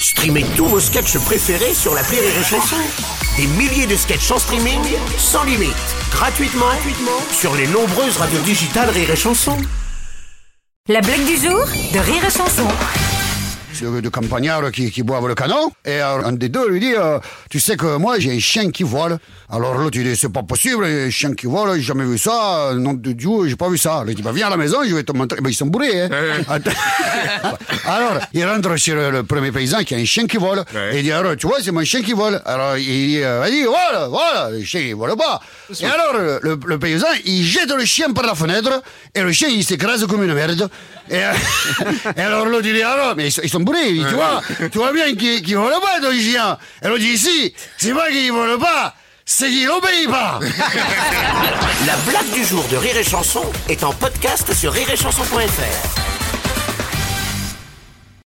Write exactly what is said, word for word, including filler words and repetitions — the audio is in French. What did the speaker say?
Streamez tous vos sketchs préférés sur l'appli Rire et Chanson. Des milliers de sketchs en streaming, sans limite, gratuitement, gratuitement sur les nombreuses radios digitales Rire et Chanson. La blague du jour de Rire et Chanson. De, de campagnards qui, qui boivent le canon, et euh, un des deux lui dit euh, tu sais que moi j'ai un chien qui vole. Alors l'autre il dit c'est pas possible, un chien qui vole, j'ai jamais vu ça, nom de Dieu, j'ai pas vu ça. Il dit bah viens à la maison, je vais te montrer. Bah, ils sont bourrés, hein. Alors il rentre chez le, le premier paysan qui a un chien qui vole, ouais. Et il dit alors tu vois c'est mon chien qui vole. Alors il dit euh, vas-y voilà, voilà, le chien il vole pas. Et alors le, le, le paysan il jette le chien par la fenêtre et le chien il s'écrase comme une merde. Et, euh, et alors l'autre il dit alors mais ils sont, ils sont bourrés, il dit, tu vois, tu vois bien qu'il qu'il vole pas ton chien. Et l'autre dit si, c'est pas qu'il vole pas, c'est qu'il obéit pas. La blague du jour de Rire et Chanson est en podcast sur rire et chanson point f r.